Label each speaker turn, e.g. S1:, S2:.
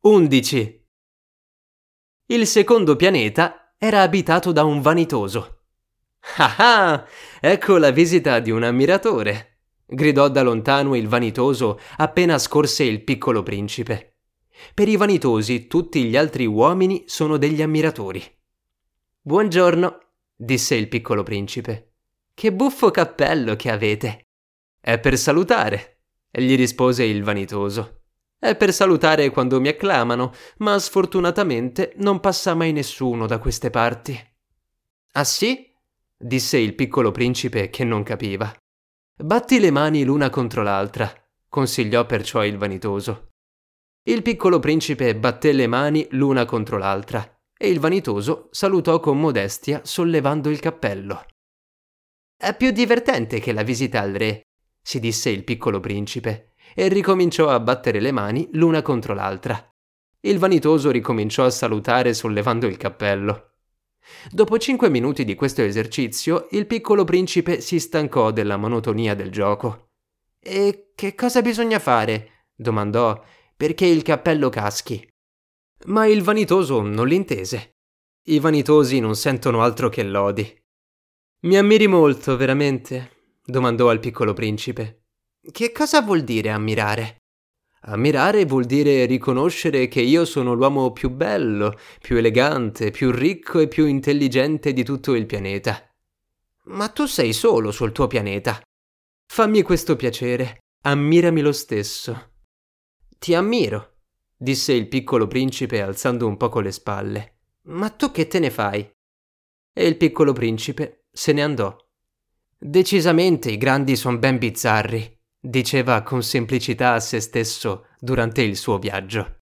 S1: 11. Il secondo pianeta era abitato da un vanitoso. Ah ah! Ecco la visita di un ammiratore! Gridò da lontano il vanitoso appena scorse il Piccolo Principe. Per i vanitosi tutti gli altri uomini sono degli ammiratori. Buongiorno, disse il Piccolo Principe. Che buffo cappello che avete! È per salutare, gli rispose il vanitoso. È per salutare quando mi acclamano, ma sfortunatamente non passa mai nessuno da queste parti. Ah sì? Disse il Piccolo Principe che non capiva. Batti le mani l'una contro l'altra, consigliò perciò il vanitoso. Il Piccolo Principe batté le mani l'una contro l'altra e il vanitoso salutò con modestia sollevando il cappello. È più divertente che la visita al re, si disse il Piccolo Principe, e ricominciò a battere le mani l'una contro l'altra. Il vanitoso ricominciò a salutare sollevando il cappello. Dopo 5 minuti di questo esercizio, il Piccolo Principe si stancò della monotonia del gioco. E che cosa bisogna fare? Domandò, perché il cappello caschi. Ma il vanitoso non l'intese. I vanitosi non sentono altro che lodi. Mi ammiri molto, veramente? Domandò al Piccolo Principe. Che cosa vuol dire ammirare? Ammirare vuol dire riconoscere che io sono l'uomo più bello, più elegante, più ricco e più intelligente di tutto il pianeta. Ma tu sei solo sul tuo pianeta. Fammi questo piacere, ammirami lo stesso. Ti ammiro, disse il Piccolo Principe alzando un poco le spalle. Ma tu che te ne fai? E il Piccolo Principe se ne andò. Decisamente i grandi son ben bizzarri, diceva con semplicità a se stesso durante il suo viaggio.